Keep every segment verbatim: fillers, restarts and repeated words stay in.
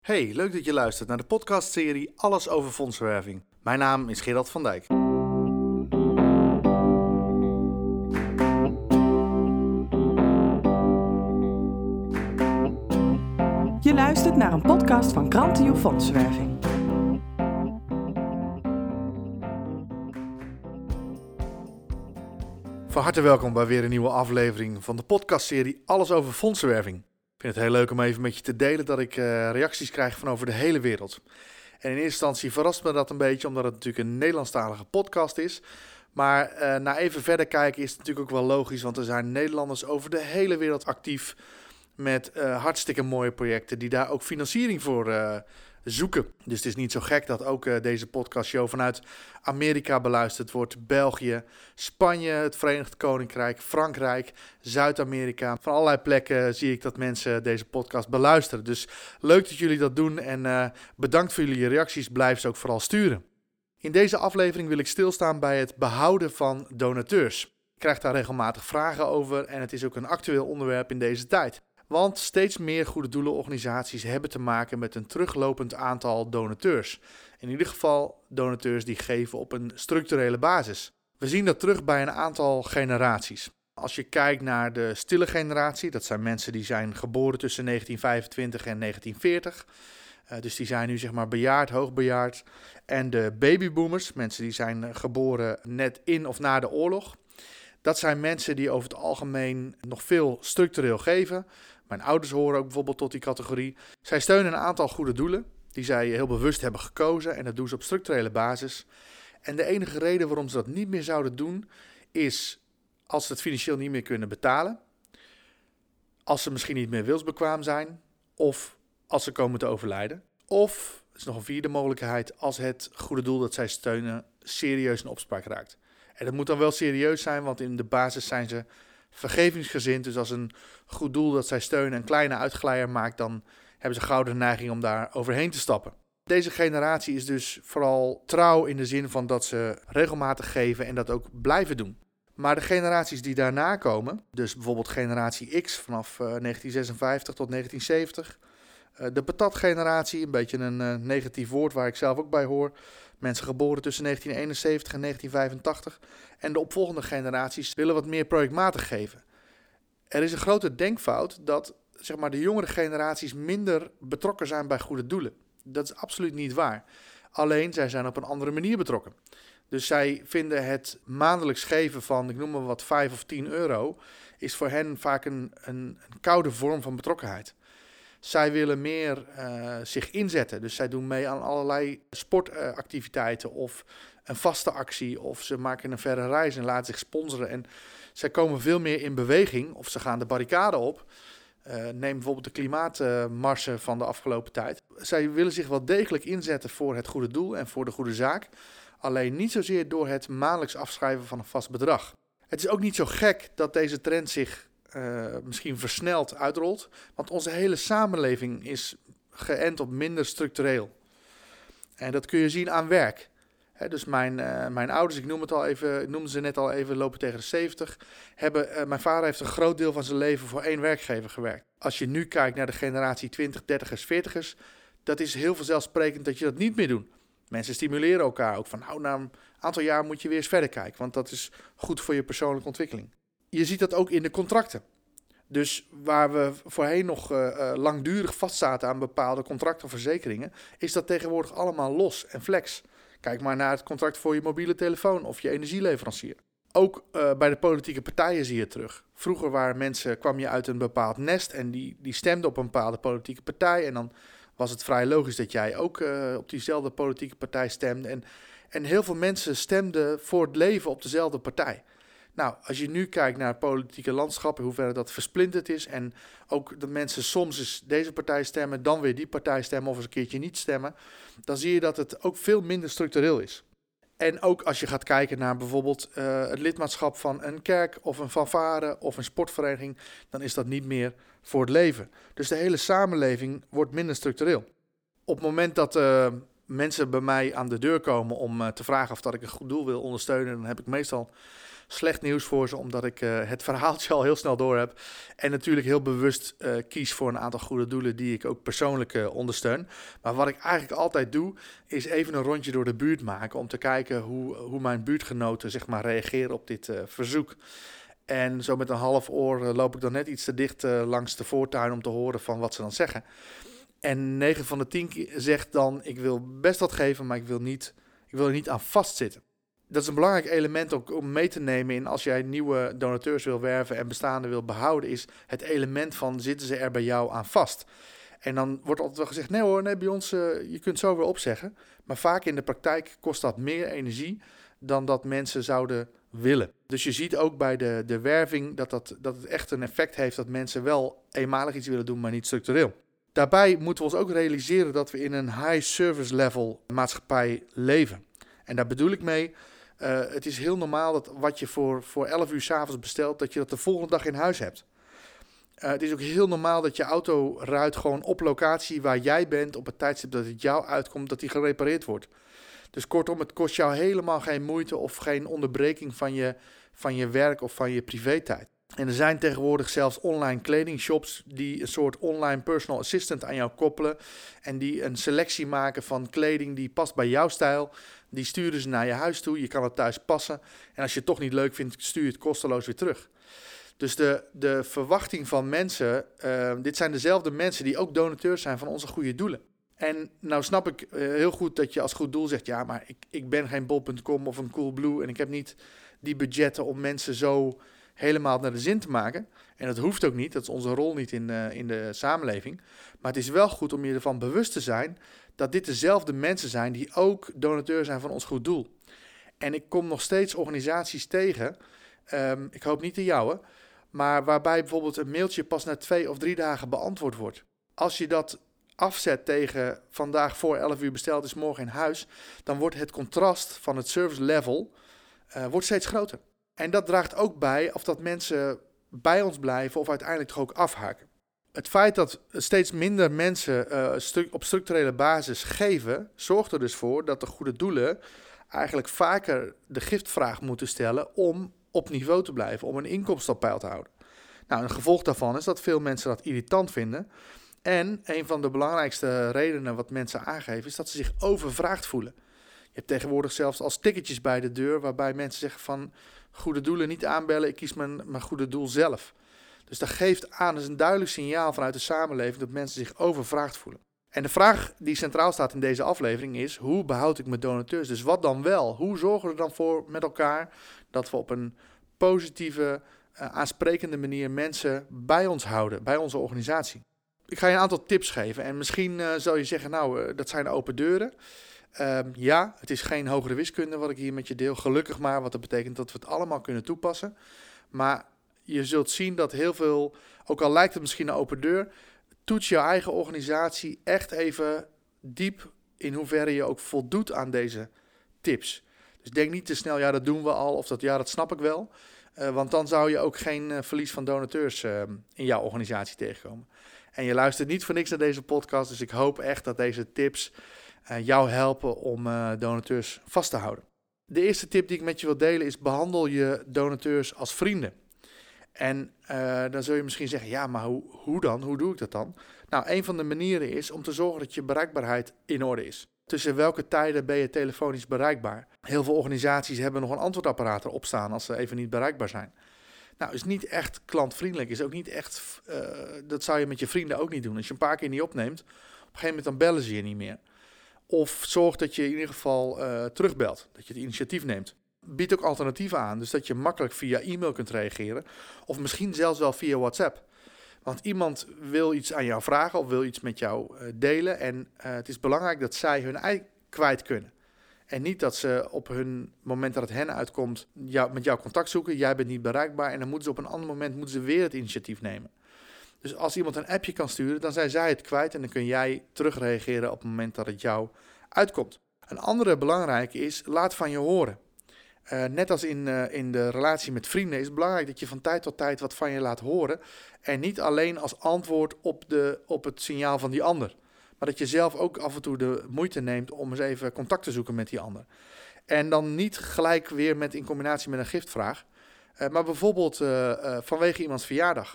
Hey, leuk dat je luistert naar de podcastserie Alles over fondsenwerving. Mijn naam is Gerald van Dijk. Je luistert naar een podcast van Krantio Fondsenwerving. Van harte welkom bij weer een nieuwe aflevering van de podcastserie Alles over fondsenwerving. Ik vind het heel leuk om even met je te delen dat ik uh, reacties krijg van over de hele wereld. En in eerste instantie verrast me dat een beetje, omdat het natuurlijk een Nederlandstalige podcast is. Maar uh, na even verder kijken is het natuurlijk ook wel logisch, want er zijn Nederlanders over de hele wereld actief met uh, hartstikke mooie projecten die daar ook financiering voor uh, zoeken. Dus het is niet zo gek dat ook uh, deze podcastshow vanuit Amerika beluisterd wordt. België, Spanje, het Verenigd Koninkrijk, Frankrijk, Zuid-Amerika. Van allerlei plekken zie ik dat mensen deze podcast beluisteren. Dus leuk dat jullie dat doen en uh, bedankt voor jullie reacties. Blijf ze ook vooral sturen. In deze aflevering wil ik stilstaan bij het behouden van donateurs. Ik krijg daar regelmatig vragen over en het is ook een actueel onderwerp in deze tijd. Want steeds meer goede doelenorganisaties hebben te maken met een teruglopend aantal donateurs. In ieder geval donateurs die geven op een structurele basis. We zien dat terug bij een aantal generaties. Als je kijkt naar de stille generatie, dat zijn mensen die zijn geboren tussen negentien vijfentwintig en negentien veertig. Uh, dus die zijn nu zeg maar bejaard, hoogbejaard. En de babyboomers, mensen die zijn geboren net in of na de oorlog. Dat zijn mensen die over het algemeen nog veel structureel geven. Mijn ouders horen ook bijvoorbeeld tot die categorie. Zij steunen een aantal goede doelen die zij heel bewust hebben gekozen en dat doen ze op structurele basis. En de enige reden waarom ze dat niet meer zouden doen is als ze het financieel niet meer kunnen betalen, als ze misschien niet meer wilsbekwaam zijn of als ze komen te overlijden. Of, dat is nog een vierde mogelijkheid, als het goede doel dat zij steunen serieus in opspraak raakt. En dat moet dan wel serieus zijn, want in de basis zijn ze vergevingsgezind. Dus als een goed doel dat zij steunen een kleine uitglijer maakt, dan hebben ze gauw de neiging om daar overheen te stappen. Deze generatie is dus vooral trouw in de zin van dat ze regelmatig geven en dat ook blijven doen. Maar de generaties die daarna komen, dus bijvoorbeeld generatie X vanaf uh, negentien zesenvijftig tot negentien zeventig... Uh, de patatgeneratie, een beetje een uh, negatief woord waar ik zelf ook bij hoor. Mensen geboren tussen negentien eenenzeventig en negentien vijfentachtig. En de opvolgende generaties willen wat meer projectmatig geven. Er is een grote denkfout dat zeg maar, de jongere generaties minder betrokken zijn bij goede doelen. Dat is absoluut niet waar. Alleen, zij zijn op een andere manier betrokken. Dus zij vinden het maandelijks geven van, ik noem maar wat, vijf of tien euro... is voor hen vaak een, een, een koude vorm van betrokkenheid. Zij willen meer uh, zich inzetten. Dus zij doen mee aan allerlei sportactiviteiten uh, of een vaste actie. Of ze maken een verre reis en laten zich sponsoren. En zij komen veel meer in beweging of ze gaan de barricade op. Uh, neem bijvoorbeeld de klimaatmarsen van de afgelopen tijd. Zij willen zich wel degelijk inzetten voor het goede doel en voor de goede zaak. Alleen niet zozeer door het maandelijks afschrijven van een vast bedrag. Het is ook niet zo gek dat deze trend zich Uh, misschien versneld uitrolt. Want onze hele samenleving is geënt op minder structureel. En dat kun je zien aan werk. He, dus mijn, uh, mijn ouders, ik noem het al even, ik noemde ze net al even, lopen tegen de zeventig. Hebben, uh, mijn vader heeft een groot deel van zijn leven voor één werkgever gewerkt. Als je nu kijkt naar de generatie twintig, dertigers, veertigers, dat is heel vanzelfsprekend dat je dat niet meer doet. Mensen stimuleren elkaar ook van, nou, na een aantal jaar moet je weer eens verder kijken, want dat is goed voor je persoonlijke ontwikkeling. Je ziet dat ook in de contracten. Dus waar we voorheen nog uh, uh, langdurig vastzaten aan bepaalde contracten of verzekeringen, is dat tegenwoordig allemaal los en flex. Kijk maar naar het contract voor je mobiele telefoon of je energieleverancier. Ook uh, bij de politieke partijen zie je het terug. Vroeger waren mensen, kwam je uit een bepaald nest en die, die stemden op een bepaalde politieke partij. En dan was het vrij logisch dat jij ook uh, op diezelfde politieke partij stemde. En, en heel veel mensen stemden voor het leven op dezelfde partij. Nou, als je nu kijkt naar het politieke landschap, in hoeverre dat versplinterd is en ook dat mensen soms eens deze partij stemmen, dan weer die partij stemmen of eens een keertje niet stemmen, dan zie je dat het ook veel minder structureel is. En ook als je gaat kijken naar bijvoorbeeld uh, het lidmaatschap van een kerk of een fanfare of een sportvereniging, dan is dat niet meer voor het leven. Dus de hele samenleving wordt minder structureel. Op het moment dat uh, mensen bij mij aan de deur komen om uh, te vragen of dat ik een goed doel wil ondersteunen, dan heb ik meestal slecht nieuws voor ze, omdat ik uh, het verhaaltje al heel snel door heb. En natuurlijk heel bewust uh, kies voor een aantal goede doelen die ik ook persoonlijk uh, ondersteun. Maar wat ik eigenlijk altijd doe, is even een rondje door de buurt maken om te kijken hoe, hoe mijn buurtgenoten zeg maar, reageren op dit uh, verzoek. En zo met een half oor uh, loop ik dan net iets te dicht uh, langs de voortuin om te horen van wat ze dan zeggen. En negen van de tien zegt dan, ik wil best wat geven, maar ik wil, niet, ik wil er niet aan vastzitten. Dat is een belangrijk element ook om mee te nemen in als jij nieuwe donateurs wil werven en bestaande wil behouden, is het element van zitten ze er bij jou aan vast. En dan wordt altijd wel gezegd, nee hoor, nee, bij ons, uh, je kunt zo weer opzeggen. Maar vaak in de praktijk kost dat meer energie dan dat mensen zouden willen. Dus je ziet ook bij de, de werving dat, dat, dat het echt een effect heeft dat mensen wel eenmalig iets willen doen, maar niet structureel. Daarbij moeten we ons ook realiseren dat we in een high service level maatschappij leven. En daar bedoel ik mee, uh, het is heel normaal dat wat je voor, voor elf uur 's avonds bestelt, dat je dat de volgende dag in huis hebt. Uh, het is ook heel normaal dat je autoruit gewoon op locatie waar jij bent, op het tijdstip dat het jou uitkomt, dat die gerepareerd wordt. Dus kortom, het kost jou helemaal geen moeite of geen onderbreking van je, van je werk of van je privé-tijd. En er zijn tegenwoordig zelfs online kledingshops die een soort online personal assistant aan jou koppelen en die een selectie maken van kleding die past bij jouw stijl. Die sturen ze naar je huis toe, je kan het thuis passen en als je het toch niet leuk vindt, stuur je het kosteloos weer terug. Dus de, de verwachting van mensen, uh, dit zijn dezelfde mensen die ook donateurs zijn van onze goede doelen. En nou snap ik uh, heel goed dat je als goed doel zegt, ja, maar ik, ik ben geen bol punt com of een Coolblue en ik heb niet die budgetten om mensen zo helemaal naar de zin te maken. En dat hoeft ook niet, dat is onze rol niet in, uh, in de samenleving. Maar het is wel goed om je ervan bewust te zijn dat dit dezelfde mensen zijn die ook donateur zijn van ons goed doel. En ik kom nog steeds organisaties tegen, um, ik hoop niet de jouwe, maar waarbij bijvoorbeeld een mailtje pas na twee of drie dagen beantwoord wordt. Als je dat afzet tegen vandaag voor elf uur besteld is, morgen in huis, dan wordt het contrast van het service level uh, wordt steeds groter. En dat draagt ook bij of dat mensen bij ons blijven of uiteindelijk toch ook afhaken. Het feit dat steeds minder mensen uh, stru- op structurele basis geven, zorgt er dus voor dat de goede doelen eigenlijk vaker de giftvraag moeten stellen om op niveau te blijven, om een inkomsten op peil te houden. Nou, een gevolg daarvan is dat veel mensen dat irritant vinden. En een van de belangrijkste redenen wat mensen aangeven is dat ze zich overvraagd voelen. Je hebt tegenwoordig zelfs als ticketjes bij de deur waarbij mensen zeggen van goede doelen niet aanbellen, ik kies mijn, mijn goede doel zelf. Dus dat geeft aan, dat is een duidelijk signaal vanuit de samenleving dat mensen zich overvraagd voelen. En de vraag die centraal staat in deze aflevering is, hoe behoud ik mijn donateurs? Dus wat dan wel? Hoe zorgen we er dan voor met elkaar dat we op een positieve, uh, aansprekende manier mensen bij ons houden, bij onze organisatie? Ik ga je een aantal tips geven en misschien uh, zal je zeggen, nou, uh, dat zijn open deuren. Uh, ja, het is geen hogere wiskunde wat ik hier met je deel, gelukkig maar, want dat betekent dat we het allemaal kunnen toepassen. Maar je zult zien dat heel veel, ook al lijkt het misschien een open deur, toets je eigen organisatie echt even diep in hoeverre je ook voldoet aan deze tips. Dus denk niet te snel, ja dat doen we al, of dat ja dat snap ik wel. Uh, want dan zou je ook geen uh, verlies van donateurs uh, in jouw organisatie tegenkomen. En je luistert niet voor niks naar deze podcast, dus ik hoop echt dat deze tips uh, jou helpen om uh, donateurs vast te houden. De eerste tip die ik met je wil delen is, behandel je donateurs als vrienden. En uh, dan zul je misschien zeggen, ja, maar hoe, hoe dan? Hoe doe ik dat dan? Nou, een van de manieren is om te zorgen dat je bereikbaarheid in orde is. Tussen welke tijden ben je telefonisch bereikbaar? Heel veel organisaties hebben nog een antwoordapparaat erop staan als ze even niet bereikbaar zijn. Nou, is niet echt klantvriendelijk, is ook niet echt, uh, dat zou je met je vrienden ook niet doen. Als je een paar keer niet opneemt, op een gegeven moment dan bellen ze je niet meer. Of zorg dat je in ieder geval uh, terugbelt, dat je het initiatief neemt. Bied ook alternatieven aan, dus dat je makkelijk via e-mail kunt reageren. Of misschien zelfs wel via WhatsApp. Want iemand wil iets aan jou vragen of wil iets met jou uh, delen. En uh, het is belangrijk dat zij hun ei kwijt kunnen. En niet dat ze op hun moment dat het hen uitkomt jou, met jou contact zoeken. Jij bent niet bereikbaar en dan moeten ze op een ander moment moeten ze weer het initiatief nemen. Dus als iemand een appje kan sturen, dan zijn zij het kwijt en dan kun jij terugreageren op het moment dat het jou uitkomt. Een andere belangrijke is, laat van je horen. Uh, net als in, uh, in de relatie met vrienden is het belangrijk dat je van tijd tot tijd wat van je laat horen. En niet alleen als antwoord op, de, op het signaal van die ander. Maar dat je zelf ook af en toe de moeite neemt om eens even contact te zoeken met die ander. En dan niet gelijk weer met in combinatie met een giftvraag. Uh, maar bijvoorbeeld uh, uh, vanwege iemands verjaardag.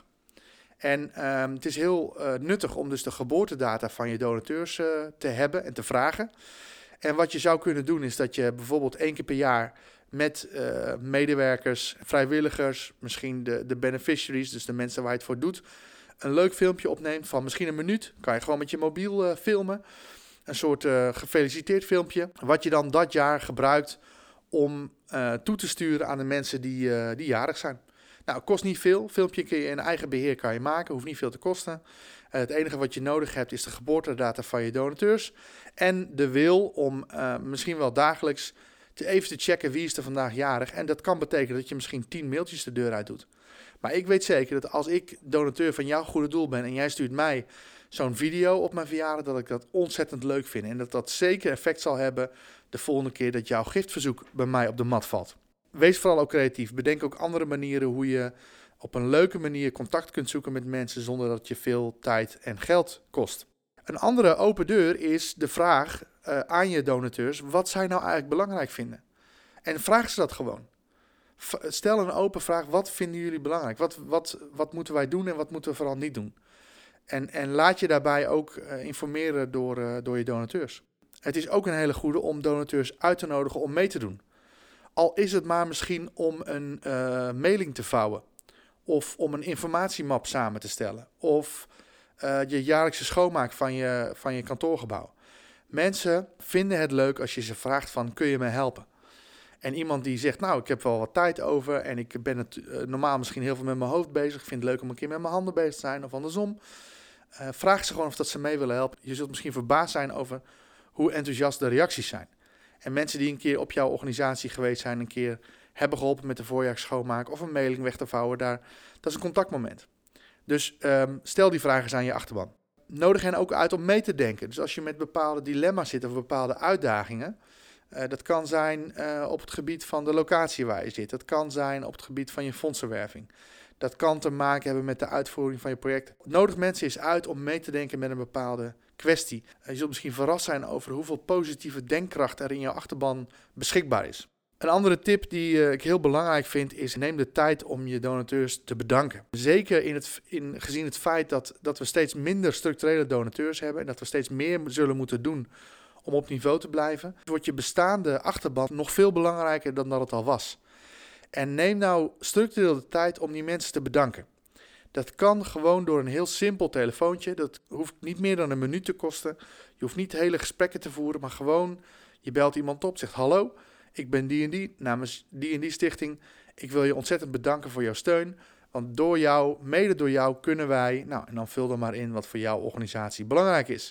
En uh, het is heel uh, nuttig om dus de geboortedata van je donateurs uh, te hebben en te vragen. En wat je zou kunnen doen is dat je bijvoorbeeld één keer per jaar met uh, medewerkers, vrijwilligers, misschien de, de beneficiaries, dus de mensen waar je het voor doet, een leuk filmpje opneemt van misschien een minuut. Kan je gewoon met je mobiel uh, filmen. Een soort uh, gefeliciteerd filmpje. Wat je dan dat jaar gebruikt om uh, toe te sturen aan de mensen die, uh, die jarig zijn. Nou, het kost niet veel. Filmpje kun je in eigen beheer kan je maken. Hoeft niet veel te kosten. Uh, het enige wat je nodig hebt is de geboortedata van je donateurs. En de wil om uh, misschien wel dagelijks te even te checken wie is er vandaag jarig. En dat kan betekenen dat je misschien tien mailtjes de deur uit doet. Maar ik weet zeker dat als ik donateur van jouw goede doel ben en jij stuurt mij zo'n video op mijn verjaardag, dat ik dat ontzettend leuk vind. En dat dat zeker effect zal hebben de volgende keer dat jouw giftverzoek bij mij op de mat valt. Wees vooral ook creatief. Bedenk ook andere manieren hoe je op een leuke manier contact kunt zoeken met mensen zonder dat je veel tijd en geld kost. Een andere open deur is de vraag uh, aan je donateurs wat zij nou eigenlijk belangrijk vinden. En vraag ze dat gewoon. V- stel een open vraag, wat vinden jullie belangrijk? Wat, wat, wat moeten wij doen en wat moeten we vooral niet doen? En, en laat je daarbij ook uh, informeren door, uh, door je donateurs. Het is ook een hele goede om donateurs uit te nodigen om mee te doen. Al is het maar misschien om een uh, mailing te vouwen. Of om een informatiemap samen te stellen. Of uh, je jaarlijkse schoonmaak van je, van je kantoorgebouw. Mensen vinden het leuk als je ze vraagt van kun je me helpen? En iemand die zegt nou ik heb wel wat tijd over en ik ben het uh, normaal misschien heel veel met mijn hoofd bezig. Ik vind het leuk om een keer met mijn handen bezig te zijn of andersom. Uh, vraag ze gewoon of dat ze mee willen helpen. Je zult misschien verbaasd zijn over hoe enthousiast de reacties zijn. En mensen die een keer op jouw organisatie geweest zijn, een keer hebben geholpen met de voorjaarsschoonmaak of een mailing weg te vouwen, daar, dat is een contactmoment. Dus um, stel die vragen eens aan je achterban. Nodig hen ook uit om mee te denken. Dus als je met bepaalde dilemma's zit of bepaalde uitdagingen, uh, dat kan zijn uh, op het gebied van de locatie waar je zit. Dat kan zijn op het gebied van je fondsenwerving. Dat kan te maken hebben met de uitvoering van je project. Nodig mensen eens uit om mee te denken met een bepaalde kwestie. Je zult misschien verrast zijn over hoeveel positieve denkkracht er in jouw achterban beschikbaar is. Een andere tip die uh, ik heel belangrijk vind is neem de tijd om je donateurs te bedanken. Zeker in het, in, gezien het feit dat, dat we steeds minder structurele donateurs hebben en dat we steeds meer zullen moeten doen om op niveau te blijven, wordt je bestaande achterban nog veel belangrijker dan dat het al was. En neem nou structureel de tijd om die mensen te bedanken. Dat kan gewoon door een heel simpel telefoontje. Dat hoeft niet meer dan een minuut te kosten. Je hoeft niet hele gesprekken te voeren, maar gewoon je belt iemand op, zegt hallo, ik ben die en die, namens die en die stichting. Ik wil je ontzettend bedanken voor jouw steun, want door jou, mede door jou kunnen wij, nou en dan vul er maar in wat voor jouw organisatie belangrijk is.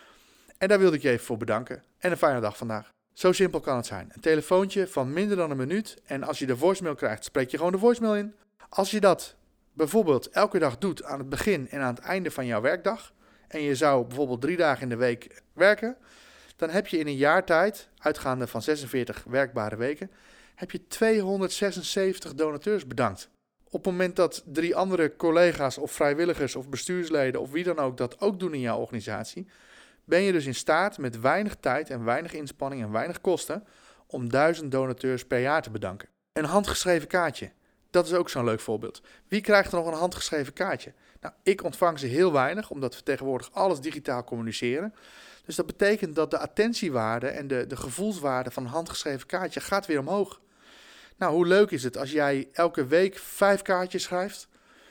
En daar wilde ik je even voor bedanken en een fijne dag vandaag. Zo simpel kan het zijn. Een telefoontje van minder dan een minuut en als je de voicemail krijgt, spreek je gewoon de voicemail in. Als je dat bijvoorbeeld elke dag doet aan het begin en aan het einde van jouw werkdag, en je zou bijvoorbeeld drie dagen in de week werken, dan heb je in een jaar tijd, uitgaande van zesenveertig werkbare weken, heb je tweehonderdzesenzeventig donateurs bedankt. Op het moment dat drie andere collega's of vrijwilligers of bestuursleden of wie dan ook dat ook doen in jouw organisatie, ben je dus in staat met weinig tijd en weinig inspanning en weinig kosten om duizend donateurs per jaar te bedanken. Een handgeschreven kaartje. Dat is ook zo'n leuk voorbeeld. Wie krijgt er nog een handgeschreven kaartje? Nou, ik ontvang ze heel weinig, omdat we tegenwoordig alles digitaal communiceren. Dus dat betekent dat de attentiewaarde en de, de gevoelswaarde van een handgeschreven kaartje gaat weer omhoog. Nou, hoe leuk is het als jij elke week vijf kaartjes schrijft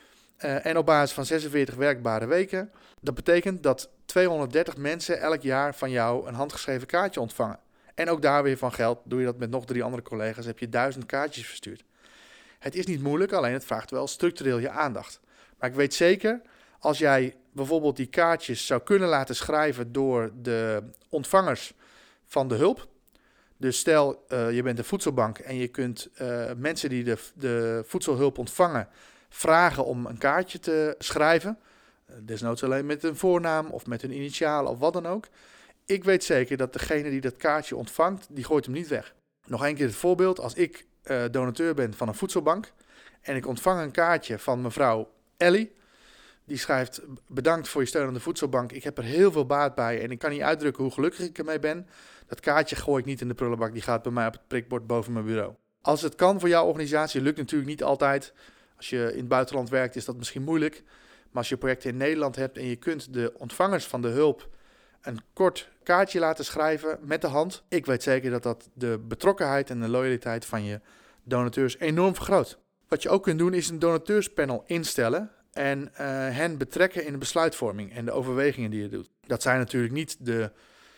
uh, en op basis van zesenveertig werkbare weken. Dat betekent dat tweehonderddertig mensen elk jaar van jou een handgeschreven kaartje ontvangen. En ook daar weer van geld, doe je dat met nog drie andere collega's, heb je duizend kaartjes verstuurd. Het is niet moeilijk, alleen het vraagt wel structureel je aandacht. Maar ik weet zeker, als jij bijvoorbeeld die kaartjes zou kunnen laten schrijven door de ontvangers van de hulp. Dus stel, uh, je bent een voedselbank en je kunt uh, mensen die de, de voedselhulp ontvangen vragen om een kaartje te schrijven. Uh, desnoods alleen met een voornaam of met een initiaal of wat dan ook. Ik weet zeker dat degene die dat kaartje ontvangt, die gooit hem niet weg. Nog één keer het voorbeeld, als ik uh, donateur ben van een voedselbank en ik ontvang een kaartje van mevrouw Ellie, Die schrijft: bedankt voor je steun aan de voedselbank. Ik heb er heel veel baat bij en ik kan niet uitdrukken hoe gelukkig ik ermee ben. Dat kaartje gooi ik niet in de prullenbak, die gaat bij mij op het prikbord boven mijn bureau. Als het kan voor jouw organisatie, lukt natuurlijk niet altijd. Als je in het buitenland werkt is dat misschien moeilijk. Maar als je projecten in Nederland hebt en je kunt de ontvangers van de hulp een kort kaartje laten schrijven met de hand. Ik weet zeker dat dat de betrokkenheid en de loyaliteit van je donateurs enorm vergroot. Wat je ook kunt doen is een donateurspanel instellen en uh, hen betrekken in de besluitvorming en de overwegingen die je doet. Dat zijn natuurlijk niet de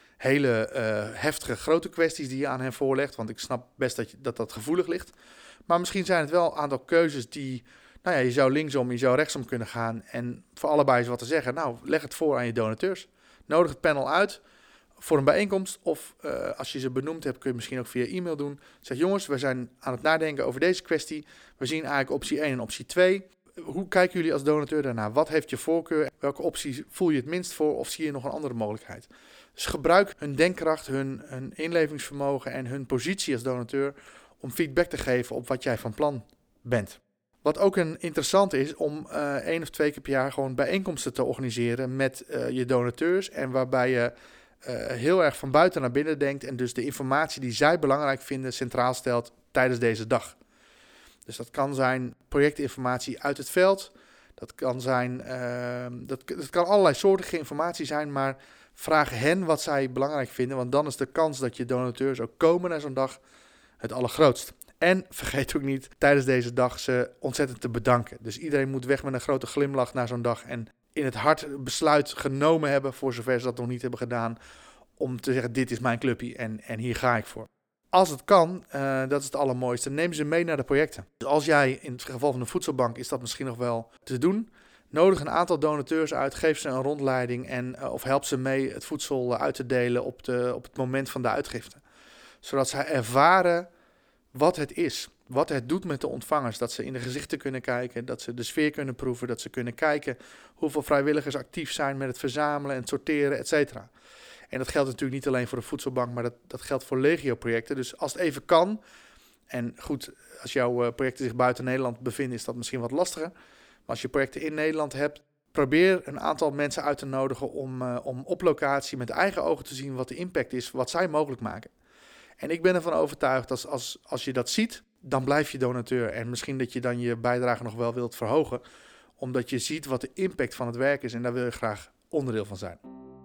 hele uh, heftige grote kwesties die je aan hen voorlegt, want ik snap best dat, je, dat dat gevoelig ligt. Maar misschien zijn het wel een aantal keuzes die, nou ja, je zou linksom, je zou rechtsom kunnen gaan en voor allebei eens wat te zeggen. Nou, leg het voor aan je donateurs. Nodig het panel uit voor een bijeenkomst of uh, als je ze benoemd hebt kun je misschien ook via e-mail doen. Zeg: jongens, we zijn aan het nadenken over deze kwestie. We zien eigenlijk optie één en optie twee. Hoe kijken jullie als donateur daarnaar? Wat heeft je voorkeur? Welke optie voel je het minst voor of zie je nog een andere mogelijkheid? Dus gebruik hun denkkracht, hun, hun inlevingsvermogen en hun positie als donateur om feedback te geven op wat jij van plan bent. Wat ook een interessant is om uh, één of twee keer per jaar gewoon bijeenkomsten te organiseren met uh, je donateurs. En waarbij je uh, heel erg van buiten naar binnen denkt en dus de informatie die zij belangrijk vinden centraal stelt tijdens deze dag. Dus dat kan zijn projectinformatie uit het veld. Dat kan zijn, uh, dat, dat kan allerlei soortige informatie zijn, maar vraag hen wat zij belangrijk vinden. Want dan is de kans dat je donateurs ook komen naar zo'n dag het allergrootst. En vergeet ook niet tijdens deze dag ze ontzettend te bedanken. Dus iedereen moet weg met een grote glimlach naar zo'n dag en in het hart besluit genomen hebben, voor zover ze dat nog niet hebben gedaan, om te zeggen: dit is mijn clubje en, en hier ga ik voor. Als het kan, uh, dat is het allermooiste, neem ze mee naar de projecten. Dus als jij, in het geval van de voedselbank is dat misschien nog wel te doen, nodig een aantal donateurs uit, geef ze een rondleiding en, uh, of help ze mee het voedsel uh, uit te delen op, de, op het moment van de uitgifte. Zodat zij ervaren wat het is, wat het doet met de ontvangers. Dat ze in de gezichten kunnen kijken, dat ze de sfeer kunnen proeven, dat ze kunnen kijken hoeveel vrijwilligers actief zijn met het verzamelen en het sorteren, et cetera. En dat geldt natuurlijk niet alleen voor de voedselbank, maar dat, dat geldt voor legio-projecten. Dus als het even kan, en goed, als jouw uh, projecten zich buiten Nederland bevinden, is dat misschien wat lastiger. Maar als je projecten in Nederland hebt, probeer een aantal mensen uit te nodigen om, uh, om op locatie met eigen ogen te zien wat de impact is, wat zij mogelijk maken. En ik ben ervan overtuigd dat als, als je dat ziet, dan blijf je donateur. En misschien dat je dan je bijdrage nog wel wilt verhogen, omdat je ziet wat de impact van het werk is en daar wil je graag onderdeel van zijn.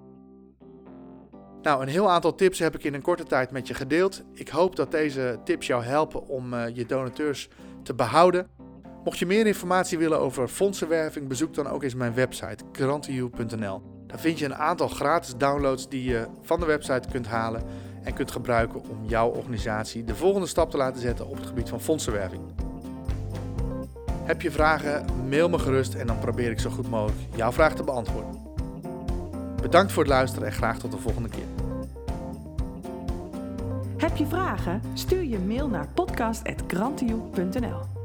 Nou, een heel aantal tips heb ik in een korte tijd met je gedeeld. Ik hoop dat deze tips jou helpen om uh, je donateurs te behouden. Mocht je meer informatie willen over fondsenwerving, bezoek dan ook eens mijn website grantio punt n l. Daar vind je een aantal gratis downloads die je van de website kunt halen en kunt gebruiken om jouw organisatie de volgende stap te laten zetten op het gebied van fondsenwerving. Heb je vragen? Mail me gerust en dan probeer ik zo goed mogelijk jouw vraag te beantwoorden. Bedankt voor het luisteren en graag tot de volgende keer. Heb je vragen? Stuur je mail naar podcast apenstaartje grantio punt n l.